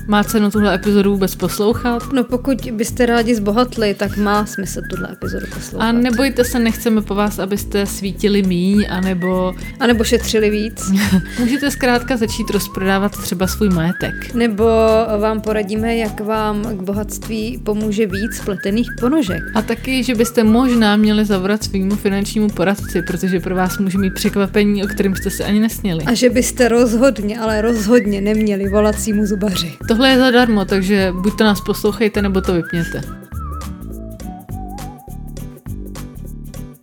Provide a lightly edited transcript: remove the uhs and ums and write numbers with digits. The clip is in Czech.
Má cenu tuhle epizodu vůbec poslouchat? No pokud byste rádi zbohatli, tak má smysl tuhle epizodu poslouchat. A nebojte se, nechceme po vás, abyste svítili míň, anebo šetřili víc. Můžete zkrátka začít rozprodávat třeba svůj majetek. Nebo vám poradíme, jak vám k bohatství pomůže víc pletených ponožek. A taky, že byste možná měli zavolat svýmu finančnímu poradci, protože pro vás může mít překvapení, o kterém jste se ani nesměli. A že byste rozhodně, ale rozhodně neměli volacímu zubaři. Tohle je zadarmo, takže buď to nás poslouchejte, nebo to vypněte.